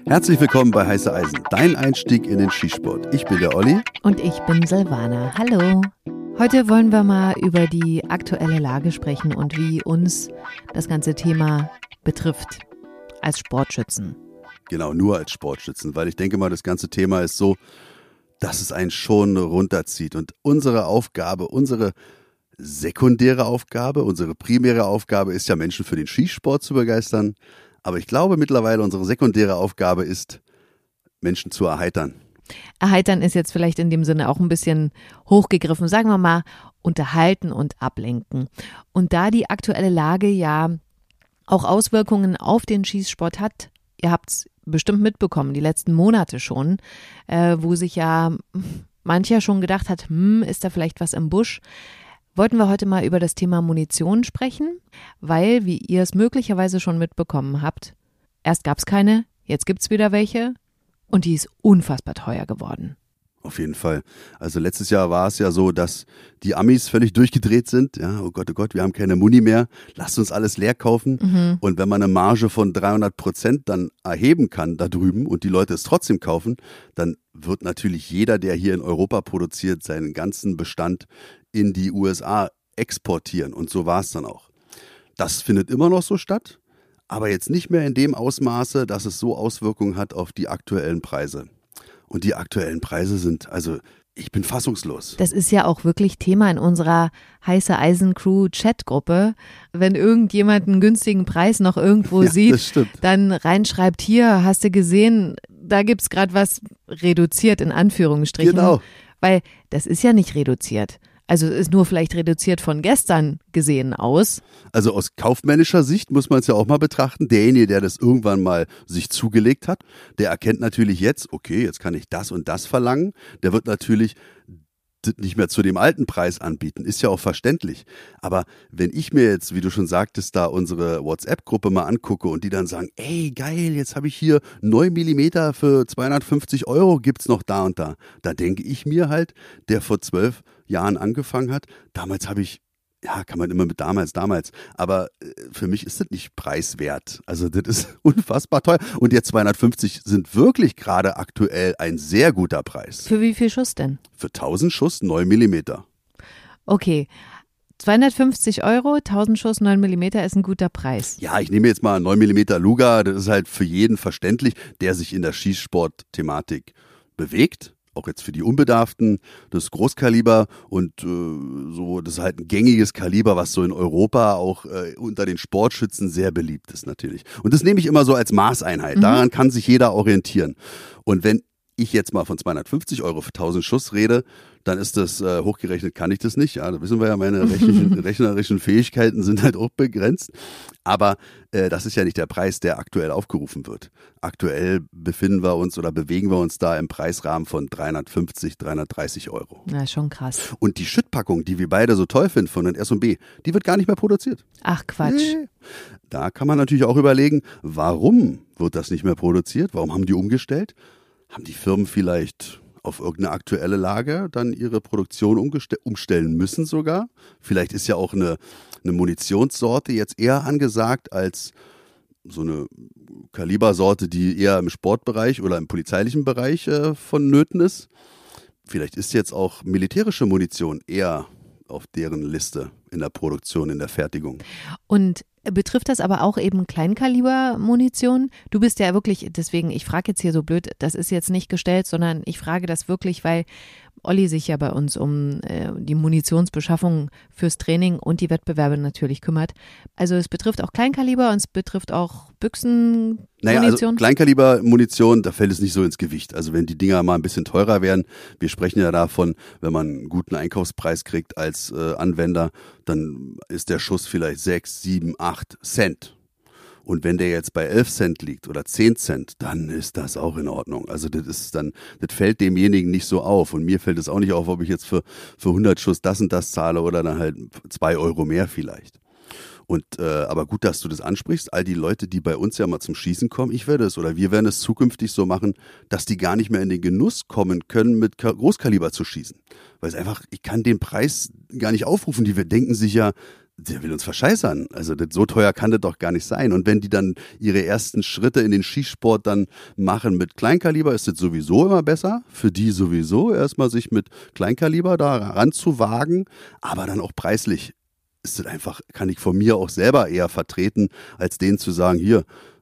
Herzlich willkommen bei Heiße Eisen, dein Einstieg in den Skisport. Ich bin der Olli. Und ich bin Silvana. Hallo. Heute wollen wir mal über die aktuelle Lage sprechen und wie uns das ganze Thema betrifft als Sportschützen. Genau, nur als Sportschützen, weil ich denke mal, das ganze Thema ist so, dass es einen schon runterzieht. Und unsere Aufgabe, unsere sekundäre Aufgabe, unsere primäre Aufgabe ist ja, Menschen für den Skisport zu begeistern. Aber ich glaube mittlerweile, unsere sekundäre Aufgabe ist, Menschen zu erheitern. Erheitern ist jetzt vielleicht in dem Sinne auch ein bisschen hochgegriffen. Sagen wir mal, unterhalten und ablenken. Und da die aktuelle Lage ja auch Auswirkungen auf den Skisport hat, ihr habt es bestimmt mitbekommen, die letzten Monate schon, wo sich ja mancher schon gedacht hat, ist da vielleicht was im Busch, wollten wir heute mal über das Thema Munition sprechen, weil, wie ihr es möglicherweise schon mitbekommen habt, erst gab es keine, jetzt gibt es wieder welche und die ist unfassbar teuer geworden. Auf jeden Fall. Also letztes Jahr war es ja so, dass die Amis völlig durchgedreht sind. Ja, oh Gott, wir haben keine Muni mehr. Lasst uns alles leer kaufen. Und wenn man eine Marge von 300% dann erheben kann da drüben und die Leute es trotzdem kaufen, dann wird natürlich jeder, der hier in Europa produziert, seinen ganzen Bestand in die USA exportieren. Und so war es dann auch. Das findet immer noch so statt, aber jetzt nicht mehr in dem Ausmaße, dass es so Auswirkungen hat auf die aktuellen Preise. Und die aktuellen Preise sind, also ich bin fassungslos. Das ist ja auch wirklich Thema in unserer Heiße Eisen Crew Chatgruppe. Wenn irgendjemand einen günstigen Preis noch irgendwo sieht, dann reinschreibt, hier, hast du gesehen, da gibt's gerade was reduziert in Anführungsstrichen. Genau. Weil das ist ja nicht reduziert. Also ist nur vielleicht reduziert von gestern gesehen aus. Also aus kaufmännischer Sicht muss man es ja auch mal betrachten. Derjenige, der das irgendwann mal sich zugelegt hat, der erkennt natürlich jetzt, okay, jetzt kann ich das und das verlangen. Der wird natürlich nicht mehr zu dem alten Preis anbieten, ist ja auch verständlich. Aber wenn ich mir jetzt, wie du schon sagtest, da unsere WhatsApp-Gruppe mal angucke und die dann sagen, ey geil, jetzt habe ich hier 9 Millimeter für 250 € gibt's noch da und da. Da denke ich mir halt, der vor 12 Jahren angefangen hat, damals habe ich, ja, kann man immer mit damals, aber für mich ist das nicht preiswert. Also das ist unfassbar teuer. Und jetzt 250 sind wirklich gerade aktuell ein sehr guter Preis. Für wie viel Schuss denn? Für 1000 Schuss 9 Millimeter. Okay, 250 €, 1000 Schuss 9 Millimeter ist ein guter Preis. Ja, ich nehme jetzt mal 9 Millimeter Luger. Das ist halt für jeden verständlich, der sich in der Schießsport-Thematik bewegt. Auch jetzt für die Unbedarften, das Großkaliber und so, das ist halt ein gängiges Kaliber, was so in Europa auch unter den Sportschützen sehr beliebt ist natürlich. Und das nehme ich immer so als Maßeinheit. Daran kann sich jeder orientieren. Und wenn ich jetzt mal von 250 € für 1000 Schuss rede, dann ist das hochgerechnet, kann ich das nicht. Ja, da wissen wir ja, meine rechnerischen Fähigkeiten sind halt auch begrenzt. Aber das ist ja nicht der Preis, der aktuell aufgerufen wird. Aktuell befinden wir uns oder bewegen wir uns da im Preisrahmen von 350, 330 €. Na, schon krass. Und die Schüttpackung, die wir beide so toll finden von den S&B, die wird gar nicht mehr produziert. Ach Quatsch. Nee. Da kann man natürlich auch überlegen, warum wird das nicht mehr produziert? Warum haben die umgestellt? Haben die Firmen vielleicht auf irgendeine aktuelle Lage dann ihre Produktion umstellen müssen sogar? Vielleicht ist ja auch eine Munitionssorte jetzt eher angesagt als so eine Kalibersorte, die eher im Sportbereich oder im polizeilichen Bereich vonnöten ist. Vielleicht ist jetzt auch militärische Munition eher auf deren Liste in der Produktion, in der Fertigung. Und betrifft das aber auch eben Kleinkaliber-Munition? Du bist ja wirklich, deswegen, ich frage jetzt hier so blöd, das ist jetzt nicht gestellt, sondern ich frage das wirklich, weil Olli sich ja bei uns um die Munitionsbeschaffung fürs Training und die Wettbewerbe natürlich kümmert. Also es betrifft auch Kleinkaliber und es betrifft auch Büchsenmunition? Naja, also Kleinkaliber-Munition, da fällt es nicht so ins Gewicht. Also wenn die Dinger mal ein bisschen teurer werden, wir sprechen ja davon, wenn man einen guten Einkaufspreis kriegt als Anwender, dann ist der Schuss vielleicht 6, 7, 8 Cent. Und wenn der jetzt bei 11 Cent liegt oder 10 Cent, dann ist das auch in Ordnung. Also das fällt demjenigen nicht so auf. Und mir fällt es auch nicht auf, ob ich jetzt für 100 Schuss das und das zahle oder dann halt 2 € mehr vielleicht. Und aber gut, dass du das ansprichst. All die Leute, die bei uns ja mal zum Schießen kommen, wir werden es zukünftig so machen, dass die gar nicht mehr in den Genuss kommen können, mit Großkaliber zu schießen. Weil es einfach, ich kann den Preis gar nicht aufrufen. Die denken sich ja, der will uns verscheißern. Also so teuer kann das doch gar nicht sein. Und wenn die dann ihre ersten Schritte in den Schießsport dann machen mit Kleinkaliber, ist das sowieso immer besser. Für die sowieso erstmal sich mit Kleinkaliber da ranzuwagen, aber dann auch preislich ist das einfach, kann ich von mir auch selber eher vertreten, als denen zu sagen, hier,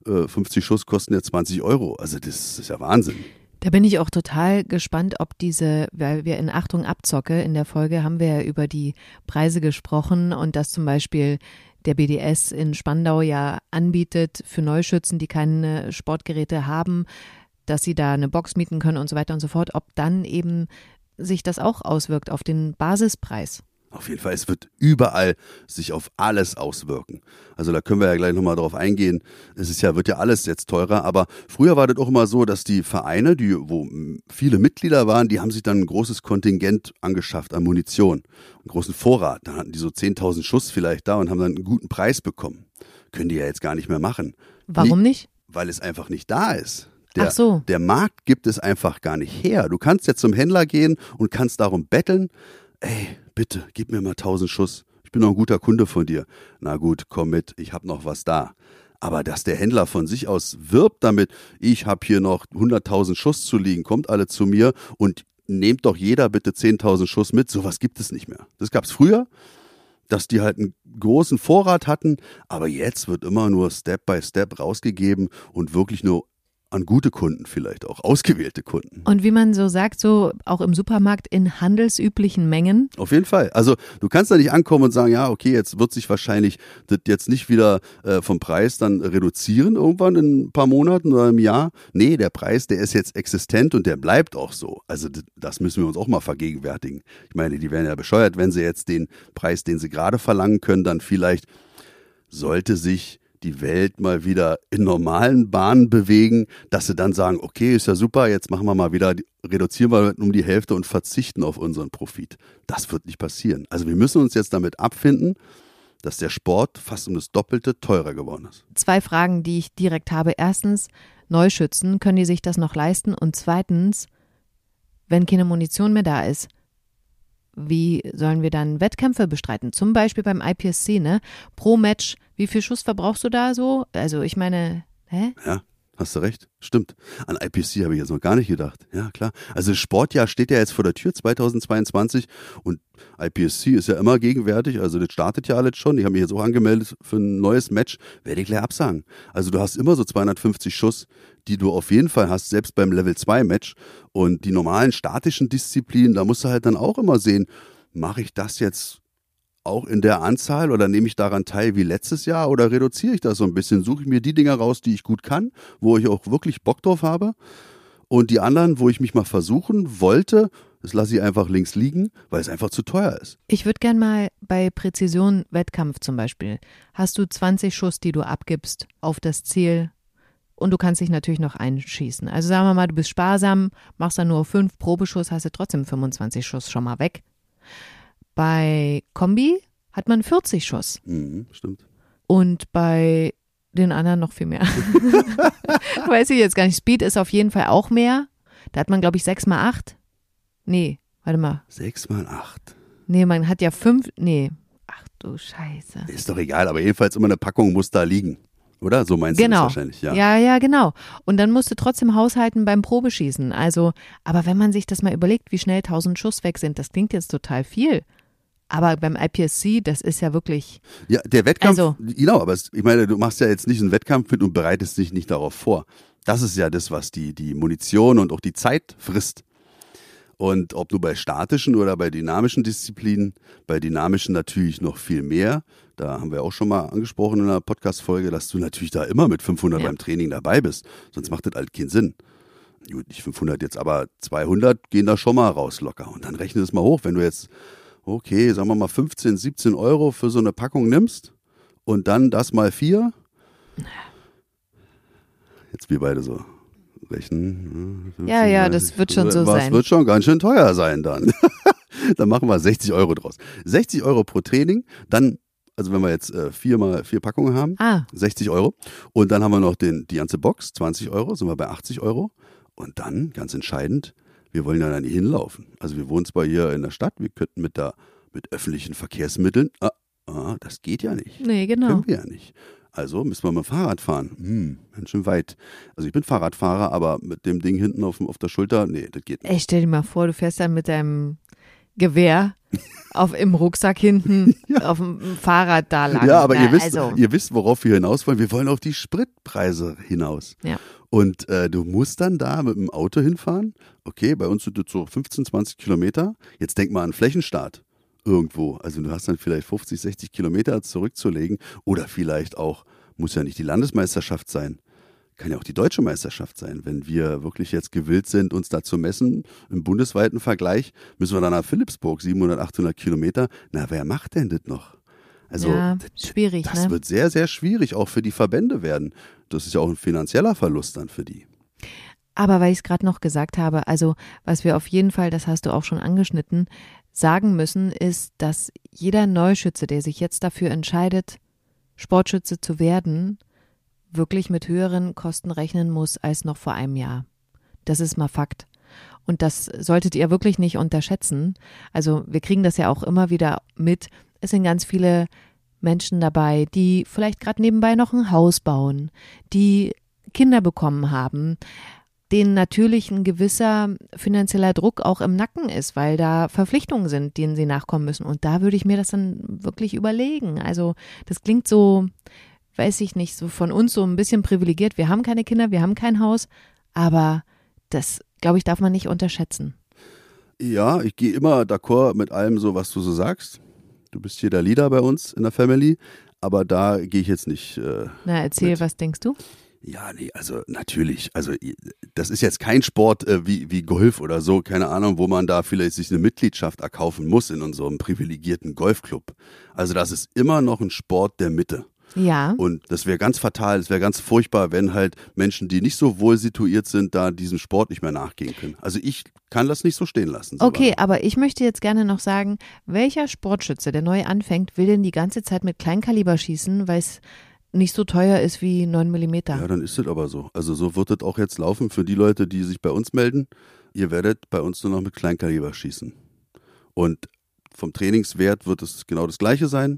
50 Schuss kosten jetzt 20 Euro. Also das ist ja Wahnsinn. Da bin ich auch total gespannt, ob weil wir in Achtung Abzocke in der Folge haben wir ja über die Preise gesprochen und dass zum Beispiel der BDS in Spandau ja anbietet für Neuschützen, die keine Sportgeräte haben, dass sie da eine Box mieten können und so weiter und so fort, ob dann eben sich das auch auswirkt auf den Basispreis. Auf jeden Fall, es wird überall sich auf alles auswirken. Also da können wir ja gleich nochmal drauf eingehen. Wird ja alles jetzt teurer, aber früher war das auch immer so, dass die Vereine, wo viele Mitglieder waren, die haben sich dann ein großes Kontingent angeschafft an Munition, einen großen Vorrat. Dann hatten die so 10.000 Schuss vielleicht da und haben dann einen guten Preis bekommen. Können die ja jetzt gar nicht mehr machen. Warum nicht? Weil es einfach nicht da ist. Ach so. Der Markt gibt es einfach gar nicht her. Du kannst jetzt zum Händler gehen und kannst darum betteln, ey, bitte, gib mir mal 1.000 Schuss. Ich bin noch ein guter Kunde von dir. Na gut, komm mit, ich habe noch was da. Aber dass der Händler von sich aus wirbt damit, ich habe hier noch 100.000 Schuss zu liegen, kommt alle zu mir und nehmt doch jeder bitte 10.000 Schuss mit. Sowas gibt es nicht mehr. Das gab es früher, dass die halt einen großen Vorrat hatten, aber jetzt wird immer nur Step by Step rausgegeben und wirklich nur an gute Kunden vielleicht auch, ausgewählte Kunden. Und wie man so sagt, so auch im Supermarkt in handelsüblichen Mengen? Auf jeden Fall. Also du kannst da nicht ankommen und sagen, ja, okay, jetzt wird sich wahrscheinlich das jetzt nicht wieder vom Preis dann reduzieren irgendwann in ein paar Monaten oder im Jahr. Nee, der Preis, der ist jetzt existent und der bleibt auch so. Also das müssen wir uns auch mal vergegenwärtigen. Ich meine, die wären ja bescheuert, wenn sie jetzt den Preis, den sie gerade verlangen können, dann vielleicht sollte sich die Welt mal wieder in normalen Bahnen bewegen, dass sie dann sagen, okay, ist ja super, jetzt machen wir mal wieder, reduzieren wir um die Hälfte und verzichten auf unseren Profit. Das wird nicht passieren. Also wir müssen uns jetzt damit abfinden, dass der Sport fast um das Doppelte teurer geworden ist. 2 Fragen, die ich direkt habe. Erstens, Neuschützen, können die sich das noch leisten? Und zweitens, wenn keine Munition mehr da ist, wie sollen wir dann Wettkämpfe bestreiten? Zum Beispiel beim IPSC, ne? Pro Match, wie viel Schuss verbrauchst du da so? Also ich meine, Ja, hast du recht, stimmt. An IPSC habe ich jetzt noch gar nicht gedacht. Ja, klar. Also das Sportjahr steht ja jetzt vor der Tür 2022 und IPSC ist ja immer gegenwärtig, also das startet ja alles schon. Ich habe mich jetzt auch angemeldet für ein neues Match, werde ich gleich absagen. Also du hast immer so 250 Schuss, die du auf jeden Fall hast, selbst beim Level 2 Match. Und die normalen statischen Disziplinen, da musst du halt dann auch immer sehen, mache ich das jetzt auch in der Anzahl oder nehme ich daran teil wie letztes Jahr oder reduziere ich das so ein bisschen? Suche ich mir die Dinger raus, die ich gut kann, wo ich auch wirklich Bock drauf habe und die anderen, wo ich mich mal versuchen wollte, das lasse ich einfach links liegen, weil es einfach zu teuer ist. Ich würde gern mal bei Präzision Wettkampf zum Beispiel, hast du 20 Schuss, die du abgibst auf das Ziel und du kannst dich natürlich noch einschießen. Also sagen wir mal, du bist sparsam, machst dann nur 5 Probeschuss, hast du trotzdem 25 Schuss schon mal weg. Bei Kombi hat man 40 Schuss. Stimmt. Und bei den anderen noch viel mehr. Weiß ich jetzt gar nicht. Speed ist auf jeden Fall auch mehr. Da hat man, glaube ich, 6x8. Nee, warte mal. 6x8. Nee, man hat ja 5. Nee. Ach du Scheiße. Ist doch egal, aber jedenfalls immer eine Packung muss da liegen. Oder? So meinst du das wahrscheinlich, ja. Ja, genau. Und dann musst du trotzdem haushalten beim Probeschießen. Also, aber wenn man sich das mal überlegt, wie schnell 1000 Schuss weg sind, das klingt jetzt total viel. Aber beim IPSC, das ist ja wirklich. Ja, der Wettkampf, genau, aber ich meine, du machst ja jetzt nicht einen Wettkampf mit und bereitest dich nicht darauf vor. Das ist ja das, was die Munition und auch die Zeit frisst. Und ob du bei statischen oder bei dynamischen Disziplinen, bei dynamischen natürlich noch viel mehr. Da haben wir auch schon mal angesprochen in einer Podcast-Folge, dass du natürlich da immer mit 500 beim Training dabei bist. Sonst macht das halt keinen Sinn. Gut, nicht 500 jetzt, aber 200 gehen da schon mal raus locker. Und dann rechne das mal hoch, wenn du jetzt okay, sagen wir mal 15, 17 Euro für so eine Packung nimmst und dann das mal 4. Jetzt wir beide so rechnen. 15, ja, das wird schon so sein. Das wird schon ganz schön teuer sein dann. Dann machen wir 60 Euro draus. 60 Euro pro Training, dann, also wenn wir jetzt 4 Packungen haben, 60 Euro. Und dann haben wir noch die ganze Box, 20 Euro, sind wir bei 80 Euro. Und dann, ganz entscheidend, wir wollen ja da nicht hinlaufen. Also wir wohnen zwar hier in der Stadt, wir könnten mit öffentlichen Verkehrsmitteln Das geht ja nicht. Nee, genau. Können wir ja nicht. Also müssen wir mal Fahrrad fahren. Ganz schön weit. Also ich bin Fahrradfahrer, aber mit dem Ding hinten auf der Schulter, nee, das geht nicht. Ey, stell dir mal vor, du fährst dann mit deinem Gewehr im Rucksack hinten auf dem Fahrrad da lang. Ja, aber ihr wisst, worauf wir hinaus wollen. Wir wollen auf die Spritpreise hinaus. Ja. Und du musst dann da mit dem Auto hinfahren. Okay, bei uns sind das so 15, 20 Kilometer. Jetzt denk mal an Flächenstart irgendwo. Also du hast dann vielleicht 50, 60 Kilometer zurückzulegen. Oder vielleicht auch, muss ja nicht die Landesmeisterschaft sein. Kann ja auch die deutsche Meisterschaft sein. Wenn wir wirklich jetzt gewillt sind, uns da zu messen, im bundesweiten Vergleich, müssen wir dann nach Philipsburg, 700, 800 Kilometer. Na, wer macht denn das noch? Also, ja, schwierig, das wird sehr, sehr schwierig, auch für die Verbände werden. Das ist ja auch ein finanzieller Verlust dann für die. Aber weil ich es gerade noch gesagt habe, also was wir auf jeden Fall, das hast du auch schon angeschnitten, sagen müssen, ist, dass jeder Neuschütze, der sich jetzt dafür entscheidet, Sportschütze zu werden, wirklich mit höheren Kosten rechnen muss als noch vor einem Jahr. Das ist mal Fakt. Und das solltet ihr wirklich nicht unterschätzen. Also wir kriegen das ja auch immer wieder mit. Es sind ganz viele Menschen dabei, die vielleicht gerade nebenbei noch ein Haus bauen, die Kinder bekommen haben, denen natürlich ein gewisser finanzieller Druck auch im Nacken ist, weil da Verpflichtungen sind, denen sie nachkommen müssen. Und da würde ich mir das dann wirklich überlegen. Also das klingt so, weiß ich nicht, so von uns so ein bisschen privilegiert. Wir haben keine Kinder, wir haben kein Haus, aber das, glaube ich, darf man nicht unterschätzen. Ja, ich gehe immer d'accord mit allem so, was du so sagst. Du bist hier der Leader bei uns in der Family, aber da gehe ich jetzt nicht Na, erzähl, was denkst du? Ja, nee, also natürlich. Also das ist jetzt kein Sport wie Golf oder so, keine Ahnung, wo man da vielleicht sich eine Mitgliedschaft erkaufen muss in unserem privilegierten Golfclub. Also das ist immer noch ein Sport der Mitte. Ja. Und das wäre ganz fatal, es wäre ganz furchtbar, wenn halt Menschen, die nicht so wohl situiert sind, da diesem Sport nicht mehr nachgehen können. Also ich kann das nicht so stehen lassen. So Okay, lange. aber ich möchte jetzt gerne noch sagen, welcher Sportschütze, der neu anfängt, will denn die ganze Zeit mit Kleinkaliber schießen, weil es nicht so teuer ist wie 9 mm? Ja, dann ist es aber so. Also so wird es auch jetzt laufen für die Leute, die sich bei uns melden. Ihr werdet bei uns nur noch mit Kleinkaliber schießen. Und vom Trainingswert wird es genau das Gleiche sein.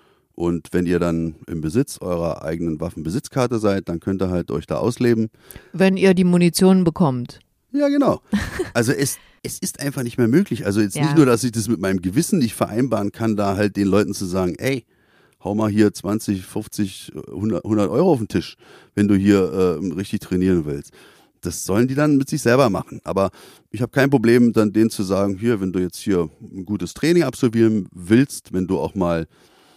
Und wenn ihr dann im Besitz eurer eigenen Waffenbesitzkarte seid, dann könnt ihr halt euch da ausleben. Wenn ihr die Munition bekommt. Ja, genau. Also es ist einfach nicht mehr möglich. Also jetzt nicht nur, dass ich das mit meinem Gewissen nicht vereinbaren kann, da halt den Leuten zu sagen, ey, hau mal hier 20, 50, 100 Euro auf den Tisch, wenn du hier richtig trainieren willst. Das sollen die dann mit sich selber machen. Aber ich habe kein Problem, dann denen zu sagen, hier, wenn du jetzt hier ein gutes Training absolvieren willst, wenn du auch mal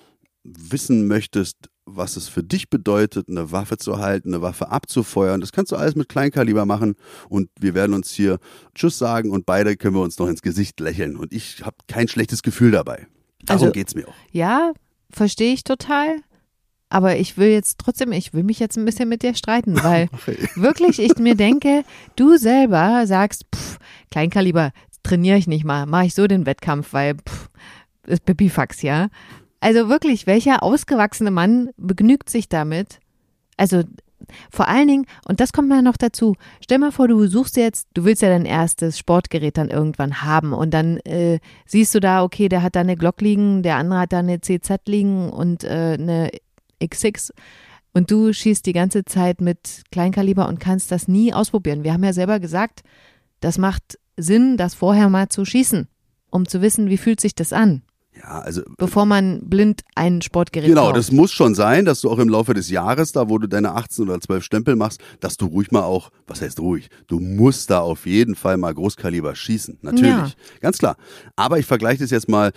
wissen möchtest, was es für dich bedeutet, eine Waffe zu halten, eine Waffe abzufeuern. Das kannst du alles mit Kleinkaliber machen und wir werden uns hier Tschüss sagen und beide können wir uns noch ins Gesicht lächeln und ich habe kein schlechtes Gefühl dabei. Darum geht's mir auch. Ja, verstehe ich total. Aber ich will mich jetzt ein bisschen mit dir streiten, weil wirklich ich mir denke, du selber sagst, Kleinkaliber trainiere ich nicht mal, mache ich so den Wettkampf, weil ist Pipifax, ja. Also wirklich, welcher ausgewachsene Mann begnügt sich damit? Also vor allen Dingen, und das kommt mal noch dazu, stell mal vor, du willst ja dein erstes Sportgerät dann irgendwann haben und dann siehst du da, okay, der hat da eine Glock liegen, der andere hat da eine CZ liegen und eine XX und du schießt die ganze Zeit mit Kleinkaliber und kannst das nie ausprobieren. Wir haben ja selber gesagt, das macht Sinn, das vorher mal zu schießen, um zu wissen, wie fühlt sich das an. Ja, also bevor man blind ein Sportgerät genau, kauft. Das muss schon sein, dass du auch im Laufe des Jahres, da wo du deine 18 oder 12 Stempel machst, dass du ruhig mal auch, was heißt ruhig, du musst da auf jeden Fall mal Großkaliber schießen, natürlich, Ja. Ganz klar. Aber ich vergleiche das jetzt mal,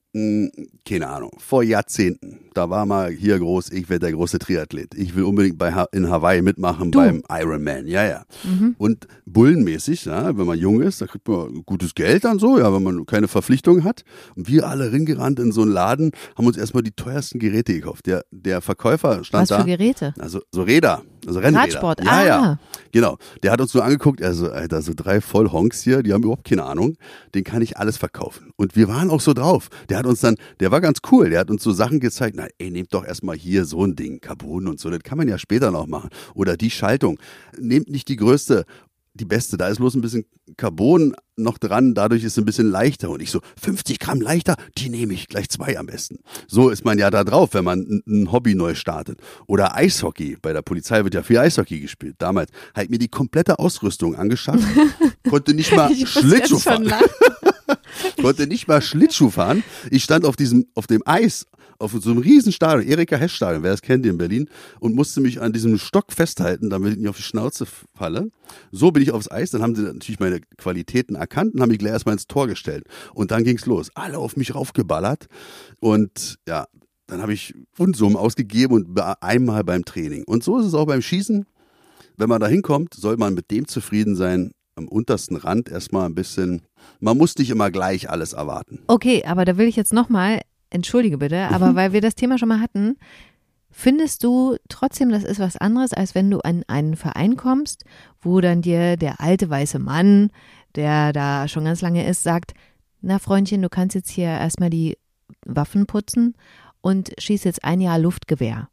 keine Ahnung, vor Jahrzehnten, da war mal hier groß, ich werde der große Triathlet. Ich will unbedingt in Hawaii mitmachen beim Ironman, ja. Und bullenmäßig, ja, wenn man jung ist, da kriegt man gutes Geld dann so, ja, wenn man keine Verpflichtungen hat. Und wir alle ringerannt in so einen Laden, haben uns erstmal die teuersten Geräte gekauft. Der Verkäufer stand da. Was für Geräte? Also so Räder, also Rennräder. Radsport, ja. Genau. Der hat uns nur angeguckt, also Alter, so 3 Vollhonks hier, die haben überhaupt keine Ahnung, den kann ich alles verkaufen. Und wir waren auch so drauf. Der war ganz cool, der hat uns so Sachen gezeigt, na ey, nehmt doch erstmal hier so ein Ding, Carbon und so, das kann man ja später noch machen. Oder die Schaltung, nehmt nicht die größte, die beste. Da ist bloß ein bisschen Carbon noch dran, dadurch ist es ein bisschen leichter. Und ich so, 50 Gramm leichter, die nehme ich, gleich 2 am besten. So ist man ja da drauf, wenn man ein Hobby neu startet. Oder Eishockey, bei der Polizei wird ja viel Eishockey gespielt. Damals halt mir die komplette Ausrüstung angeschafft, konnte nicht mal Schlittschuh fahren. Konnte nicht mal Schlittschuh fahren. Ich stand auf dem Eis, auf so einem riesen Stadion, Erika-Hesch-Stadion, wer es kennt in Berlin, und musste mich an diesem Stock festhalten, damit ich nicht auf die Schnauze falle. So bin ich aufs Eis, dann haben sie natürlich meine Qualitäten erkannt und haben mich gleich erstmal ins Tor gestellt. Und dann ging's los. Alle auf mich raufgeballert. Und ja, dann habe ich Unsummen ausgegeben und einmal beim Training. Und so ist es auch beim Schießen. Wenn man da hinkommt, soll man mit dem zufrieden sein, am untersten Rand erstmal ein bisschen, man muss nicht immer gleich alles erwarten. Okay, aber da will ich jetzt nochmal, entschuldige bitte, aber weil wir das Thema schon mal hatten, findest du trotzdem, das ist was anderes, als wenn du an einen Verein kommst, wo dann dir der alte weiße Mann, der da schon ganz lange ist, sagt, na Freundchen, du kannst jetzt hier erstmal die Waffen putzen und schieß jetzt 1 Jahr Luftgewehr.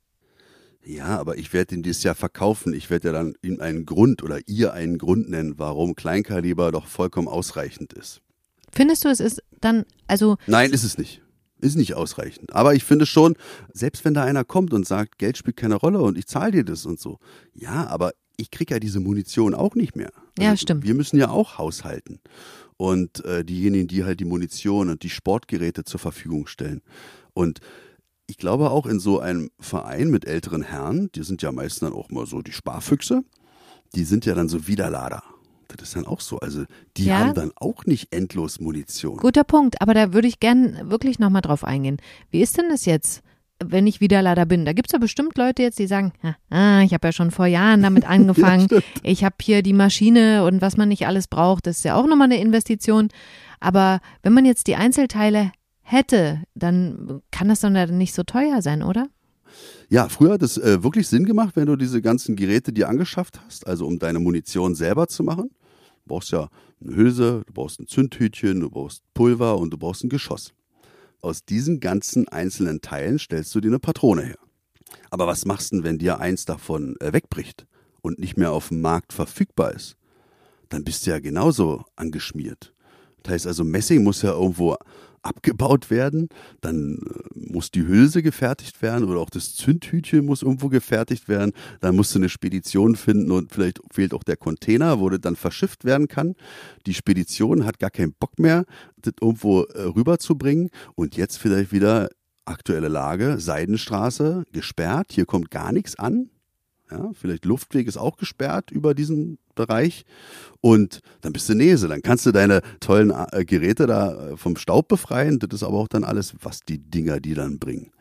Ja, aber ich werde ihn dieses Jahr verkaufen. Ich werde ja dann ihm einen Grund oder ihr einen Grund nennen, warum Kleinkaliber doch vollkommen ausreichend ist. Findest du, es ist dann, also... Nein, ist es nicht. Ist nicht ausreichend. Aber ich finde schon, selbst wenn da einer kommt und sagt, Geld spielt keine Rolle und ich zahle dir das und so. Ja, aber ich kriege ja diese Munition auch nicht mehr. Ja, stimmt. Wir müssen ja auch haushalten. Und diejenigen, die halt die Munition und die Sportgeräte zur Verfügung stellen. Und ich glaube auch in so einem Verein mit älteren Herren, die sind ja meistens dann auch mal so die Sparfüchse, die sind ja dann so Widerlader. Das ist dann auch so. Also die haben dann auch nicht endlos Munition. Guter Punkt, aber da würde ich gern wirklich nochmal drauf eingehen. Wie ist denn das jetzt, wenn ich Widerlader bin? Da gibt es ja bestimmt Leute jetzt, die sagen, ich habe ja schon vor Jahren damit angefangen. Ja, ich habe hier die Maschine und was man nicht alles braucht, das ist ja auch nochmal eine Investition. Aber wenn man jetzt die Einzelteile hätte, dann kann das doch nicht so teuer sein, oder? Ja, früher hat es wirklich Sinn gemacht, wenn du diese ganzen Geräte dir angeschafft hast, also um deine Munition selber zu machen. Du brauchst ja eine Hülse, du brauchst ein Zündhütchen, du brauchst Pulver und du brauchst ein Geschoss. Aus diesen ganzen einzelnen Teilen stellst du dir eine Patrone her. Aber was machst du denn, wenn dir eins davon wegbricht und nicht mehr auf dem Markt verfügbar ist? Dann bist du ja genauso angeschmiert. Das heißt also, Messing muss ja irgendwo abgebaut werden, dann muss die Hülse gefertigt werden oder auch das Zündhütchen muss irgendwo gefertigt werden, dann musst du eine Spedition finden und vielleicht fehlt auch der Container, wo das dann verschifft werden kann. Die Spedition hat gar keinen Bock mehr, das irgendwo rüberzubringen und jetzt vielleicht wieder aktuelle Lage, Seidenstraße gesperrt, hier kommt gar nichts an. Ja, vielleicht Luftweg ist auch gesperrt über diesen Bereich und dann bist du Nese. Dann kannst du deine tollen Geräte da vom Staub befreien. Das ist aber auch dann alles, was die Dinger die dann bringen.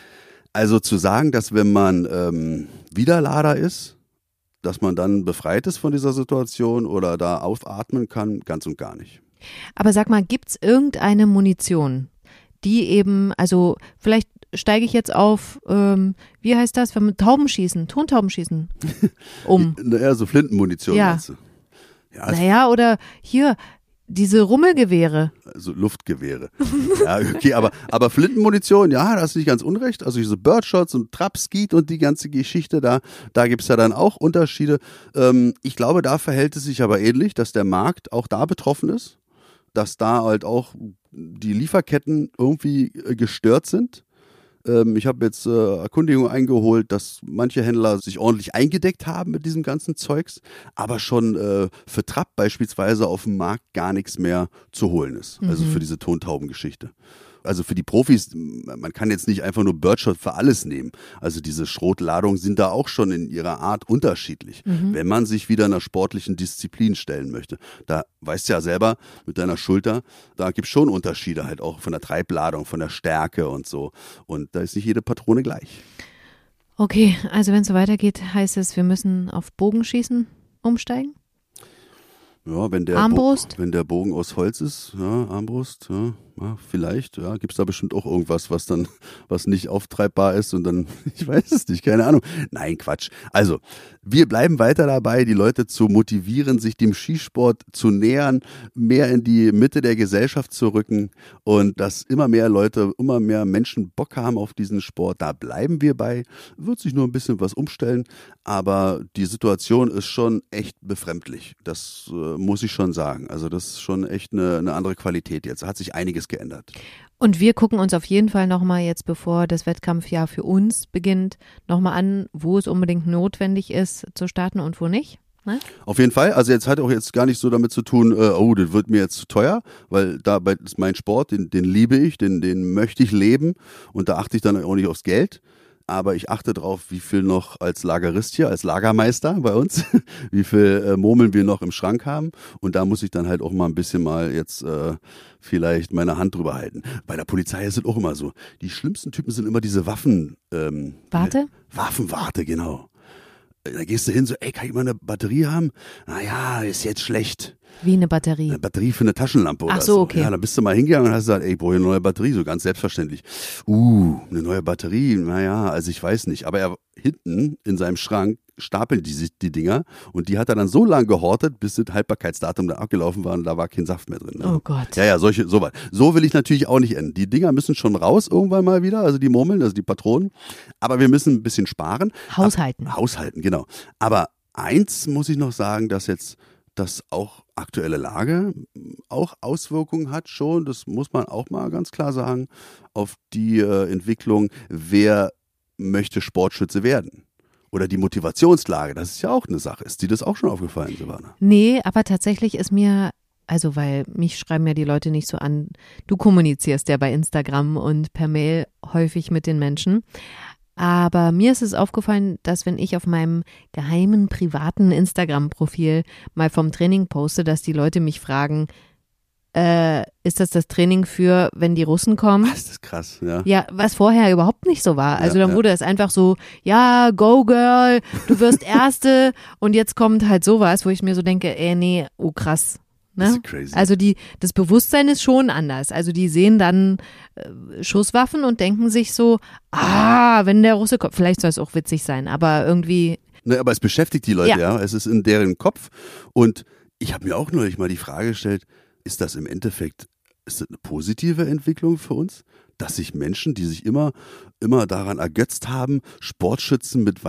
Also zu sagen, dass wenn man Widerlader ist, dass man dann befreit ist von dieser Situation oder da aufatmen kann, ganz und gar nicht. Aber sag mal, gibt's irgendeine Munition, die eben, also vielleicht steige ich jetzt auf, wie heißt das, wenn wir Taubenschießen, Tontaubenschießen Naja, so Flintenmunition meinst du? Ja, naja, oder hier, diese Rummelgewehre. Also Luftgewehre. Ja, okay, aber Flintenmunition, ja, da hast du nicht ganz unrecht. Also diese Birdshots und Trapskeet und die ganze Geschichte, da gibt's ja dann auch Unterschiede. Ich glaube, da verhält es sich aber ähnlich, dass der Markt auch da betroffen ist, dass da halt auch die Lieferketten irgendwie gestört sind. Ich habe jetzt Erkundigungen eingeholt, dass manche Händler sich ordentlich eingedeckt haben mit diesem ganzen Zeugs, aber schon für Trapp beispielsweise auf dem Markt gar nichts mehr zu holen ist. Also für diese Tontaubengeschichte. Also für die Profis, man kann jetzt nicht einfach nur Birdshot für alles nehmen. Also diese Schrotladungen sind da auch schon in ihrer Art unterschiedlich, wenn man sich wieder einer sportlichen Disziplin stellen möchte. Da weißt du ja selber mit deiner Schulter, da gibt es schon Unterschiede halt auch von der Treibladung, von der Stärke und so. Und da ist nicht jede Patrone gleich. Okay, also wenn es so weitergeht, heißt es, wir müssen auf Bogenschießen umsteigen? Ja, wenn der Bogen aus Holz ist, ja, Armbrust, ja, Ja, vielleicht, ja, gibt es da bestimmt auch irgendwas, was nicht auftreibbar ist und dann, ich weiß es nicht, keine Ahnung. Nein, Quatsch. Also, wir bleiben weiter dabei, die Leute zu motivieren, sich dem Skisport zu nähern, mehr in die Mitte der Gesellschaft zu rücken und dass immer mehr Leute, immer mehr Menschen Bock haben auf diesen Sport. Da bleiben wir bei. Wird sich nur ein bisschen was umstellen, aber die Situation ist schon echt befremdlich. Das muss ich schon sagen. Also, das ist schon echt eine andere Qualität jetzt. Da hat sich einiges geändert. Und wir gucken uns auf jeden Fall nochmal jetzt, bevor das Wettkampfjahr für uns beginnt, nochmal an, wo es unbedingt notwendig ist zu starten und wo nicht. Ne? Auf jeden Fall. Also jetzt hat auch jetzt gar nicht so damit zu tun, oh, das wird mir jetzt zu teuer, weil dabei ist mein Sport, den liebe ich, den möchte ich leben und da achte ich dann auch nicht aufs Geld. Aber ich achte drauf, wie viel noch als Lagerist hier, als Lagermeister bei uns, wie viel Murmeln wir noch im Schrank haben. Und da muss ich dann halt auch mal ein bisschen mal jetzt vielleicht meine Hand drüber halten. Bei der Polizei ist es auch immer so. Die schlimmsten Typen sind immer diese Waffen. Warte? Waffenwarte, genau. Da gehst du hin, so, ey, kann ich mal eine Batterie haben? Naja, ist jetzt schlecht. Wie eine Batterie? Eine Batterie für eine Taschenlampe oder Ach so, okay. Ja, dann bist du mal hingegangen und hast gesagt, ey, ich brauche eine neue Batterie, so ganz selbstverständlich. Eine neue Batterie, naja, also ich weiß nicht. Aber er hinten in seinem Schrank stapeln die Dinger und die hat er dann so lange gehortet, bis das Haltbarkeitsdatum dann abgelaufen war und da war kein Saft mehr drin. Ne? Oh Gott. Ja, sowas. So will ich natürlich auch nicht enden. Die Dinger müssen schon raus irgendwann mal wieder, also die Murmeln, also die Patronen. Aber wir müssen ein bisschen sparen. Haushalten, genau. Aber eins muss ich noch sagen, dass jetzt das auch aktuelle Lage auch Auswirkungen hat schon, das muss man auch mal ganz klar sagen, auf die Entwicklung, wer möchte Sportschütze werden. Oder die Motivationslage, das ist ja auch eine Sache. Ist dir das auch schon aufgefallen, Silvana? Nee, aber tatsächlich ist mir, also weil mich schreiben ja die Leute nicht so an, du kommunizierst ja bei Instagram und per Mail häufig mit den Menschen. Aber mir ist es aufgefallen, dass wenn ich auf meinem geheimen, privaten Instagram-Profil mal vom Training poste, dass die Leute mich fragen, ist das Training für, wenn die Russen kommen? Das ist krass, ja. Ja, was vorher überhaupt nicht so war. Also Ja, dann wurde es einfach so, ja, go girl, du wirst Erste und jetzt kommt halt sowas, wo ich mir so denke, nee, oh krass. Ne? Das ist crazy. Also das Bewusstsein ist schon anders. Also die sehen dann Schusswaffen und denken sich so, wenn der Russe kommt, vielleicht soll es auch witzig sein, aber irgendwie. Ne, aber es beschäftigt die Leute, Ja. ja. Es ist in deren Kopf. Und ich habe mir auch neulich mal die Frage gestellt, ist das im Endeffekt, ist das eine positive Entwicklung für uns? Dass sich Menschen, die sich immer daran ergötzt haben, Sportschützen mit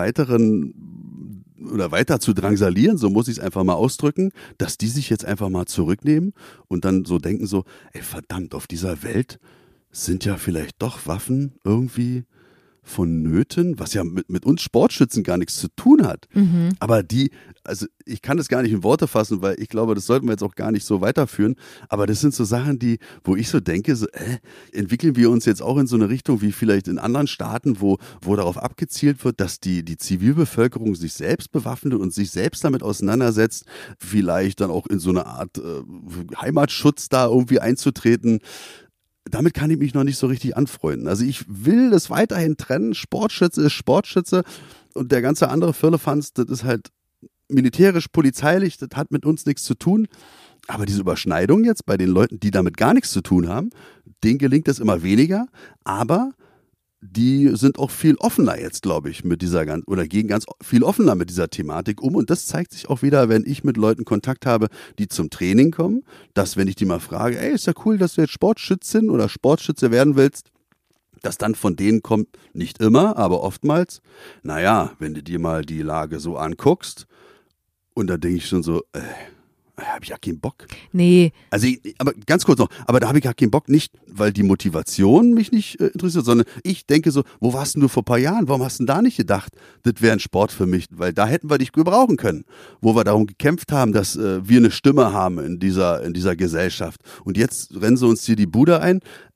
weiteren oder weiter zu drangsalieren, so muss ich es einfach mal ausdrücken, dass die sich jetzt einfach mal zurücknehmen und dann so denken so, ey verdammt, auf dieser Welt sind ja vielleicht doch Waffen irgendwie vonnöten, was ja mit uns Sportschützen gar nichts zu tun hat. Mhm. Aber also ich kann das gar nicht in Worte fassen, weil ich glaube, das sollten wir jetzt auch gar nicht so weiterführen. Aber das sind so Sachen, wo ich so denke, so, entwickeln wir uns jetzt auch in so eine Richtung wie vielleicht in anderen Staaten, wo darauf abgezielt wird, dass die Zivilbevölkerung sich selbst bewaffnet und sich selbst damit auseinandersetzt, vielleicht dann auch in so eine Art Heimatschutz da irgendwie einzutreten. Damit kann ich mich noch nicht so richtig anfreunden. Also ich will das weiterhin trennen. Sportschütze ist Sportschütze und der ganze andere Firlefanz, das ist halt militärisch, polizeilich, das hat mit uns nichts zu tun. Aber diese Überschneidung jetzt bei den Leuten, die damit gar nichts zu tun haben, denen gelingt es immer weniger. Aber die sind auch viel offener jetzt, glaube ich, gehen ganz viel offener mit dieser Thematik um. Und das zeigt sich auch wieder, wenn ich mit Leuten Kontakt habe, die zum Training kommen, dass wenn ich die mal frage, ey, ist ja cool, dass du jetzt Sportschützin oder Sportschütze werden willst, dass dann von denen kommt, nicht immer, aber oftmals, naja, wenn du dir mal die Lage so anguckst, und da denke ich schon so, habe ich ja keinen Bock. Nee. Also, aber ganz kurz noch, aber da habe ich gar keinen Bock, nicht, weil die Motivation mich nicht interessiert, sondern ich denke so, wo warst denn du vor ein paar Jahren? Warum hast du denn da nicht gedacht, das wäre ein Sport für mich? Weil da hätten wir dich gebrauchen können, wo wir darum gekämpft haben, dass wir eine Stimme haben in dieser Gesellschaft. Und jetzt rennen sie uns hier die Bude ein.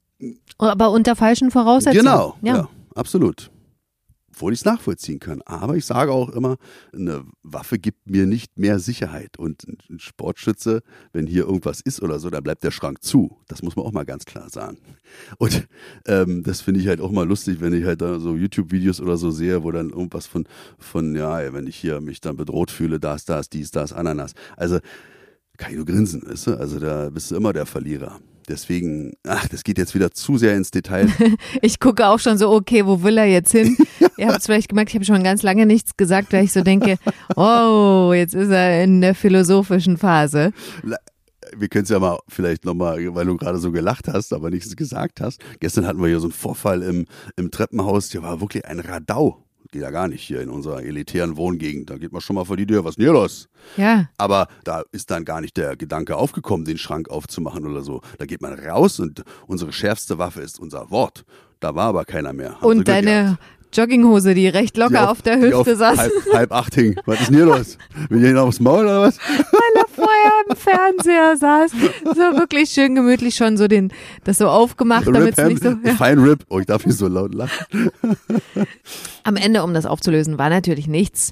Aber unter falschen Voraussetzungen. Genau, ja absolut. Obwohl ich es nachvollziehen kann. Aber ich sage auch immer, eine Waffe gibt mir nicht mehr Sicherheit. Und ein Sportschütze, wenn hier irgendwas ist oder so, dann bleibt der Schrank zu. Das muss man auch mal ganz klar sagen. Und das finde ich halt auch mal lustig, wenn ich halt da so YouTube-Videos oder so sehe, wo dann irgendwas von wenn ich hier mich dann bedroht fühle, dies, das, Ananas. Also kann ich nur grinsen, weißt du? Also da bist du immer der Verlierer. deswegen, das geht jetzt wieder zu sehr ins Detail. Ich gucke auch schon so, okay, wo will er jetzt hin? Ihr habt es vielleicht gemerkt, ich habe schon ganz lange nichts gesagt, weil ich so denke, oh, jetzt ist er in der philosophischen Phase. Wir können es ja mal vielleicht nochmal, weil du gerade so gelacht hast, aber nichts gesagt hast. Gestern hatten wir hier so einen Vorfall im Treppenhaus, der war wirklich ein Radau. Geht ja gar nicht hier in unserer elitären Wohngegend. Da geht man schon mal vor die Tür, was ist denn hier los? Ja. Aber da ist dann gar nicht der Gedanke aufgekommen, den Schrank aufzumachen oder so. Da geht man raus und unsere schärfste Waffe ist unser Wort. Da war aber keiner mehr. Und deine Jogginghose, die recht locker auf der Hüfte saß. Halb 8 hing. Was ist denn hier los? Will ich aufs Maul oder was? Weil er vorher im Fernseher saß. So wirklich schön gemütlich schon so das so aufgemacht, damit es nicht so... Ja. Fein Rip. Oh, ich darf nicht so laut lachen. Am Ende, um das aufzulösen, war natürlich nichts.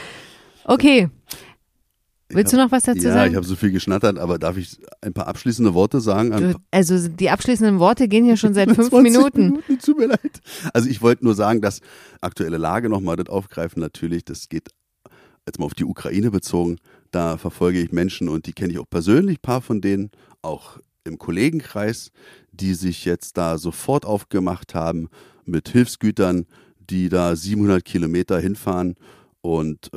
Okay. Willst du noch was dazu sagen? Ja, ich habe so viel geschnattert, aber darf ich ein paar abschließende Worte sagen? Also die abschließenden Worte gehen hier schon seit 5 Minuten. Tut mir leid. Also ich wollte nur sagen, dass aktuelle Lage nochmal das aufgreifen natürlich, das geht jetzt mal auf die Ukraine bezogen, da verfolge ich Menschen und die kenne ich auch persönlich, ein paar von denen, auch im Kollegenkreis, die sich jetzt da sofort aufgemacht haben mit Hilfsgütern, die da 700 Kilometer hinfahren und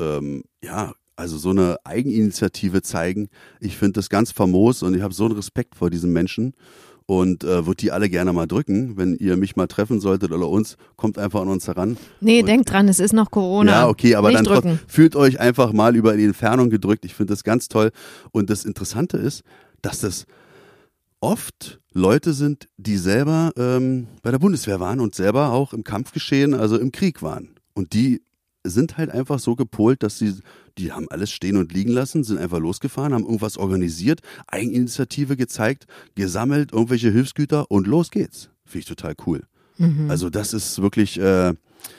also so eine Eigeninitiative zeigen. Ich finde das ganz famos und ich habe so einen Respekt vor diesen Menschen und würde die alle gerne mal drücken. Wenn ihr mich mal treffen solltet oder uns, kommt einfach an uns heran. Nee, denkt dran, es ist noch Corona. Ja, okay, aber nicht dann drücken. Fühlt euch einfach mal über die Entfernung gedrückt. Ich finde das ganz toll. Und das Interessante ist, dass das oft Leute sind, die selber bei der Bundeswehr waren und selber auch im Kampfgeschehen, also im Krieg waren. Und die sind halt einfach so gepolt, dass die haben alles stehen und liegen lassen, sind einfach losgefahren, haben irgendwas organisiert, Eigeninitiative gezeigt, gesammelt, irgendwelche Hilfsgüter und los geht's. Finde ich total cool. Mhm. Also das ist wirklich, ja.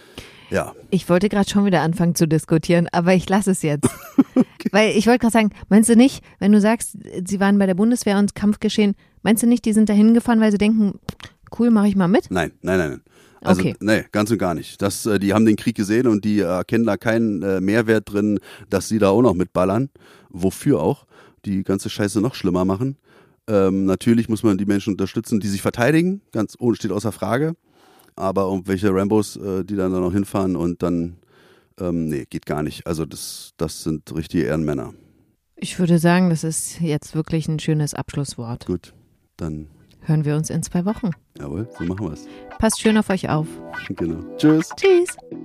Ich wollte gerade schon wieder anfangen zu diskutieren, aber ich lasse es jetzt. Okay. Weil ich wollte gerade sagen, meinst du nicht, wenn du sagst, sie waren bei der Bundeswehr und Kampfgeschehen, meinst du nicht, die sind da hingefahren, weil sie denken, cool, mache ich mal mit? Nein. Also, okay. Nee, ganz und gar nicht. Die haben den Krieg gesehen und die erkennen da keinen Mehrwert drin, dass sie da auch noch mitballern. Wofür auch? Die ganze Scheiße noch schlimmer machen. Natürlich muss man die Menschen unterstützen, die sich verteidigen. Ganz ohne steht außer Frage. Aber irgendwelche Rambos, die dann da noch hinfahren und dann, nee, geht gar nicht. Also das sind richtige Ehrenmänner. Ich würde sagen, das ist jetzt wirklich ein schönes Abschlusswort. Gut, dann hören wir uns in 2 Wochen. Jawohl, so machen wir es. Passt schön auf euch auf. Genau. Tschüss. Tschüss.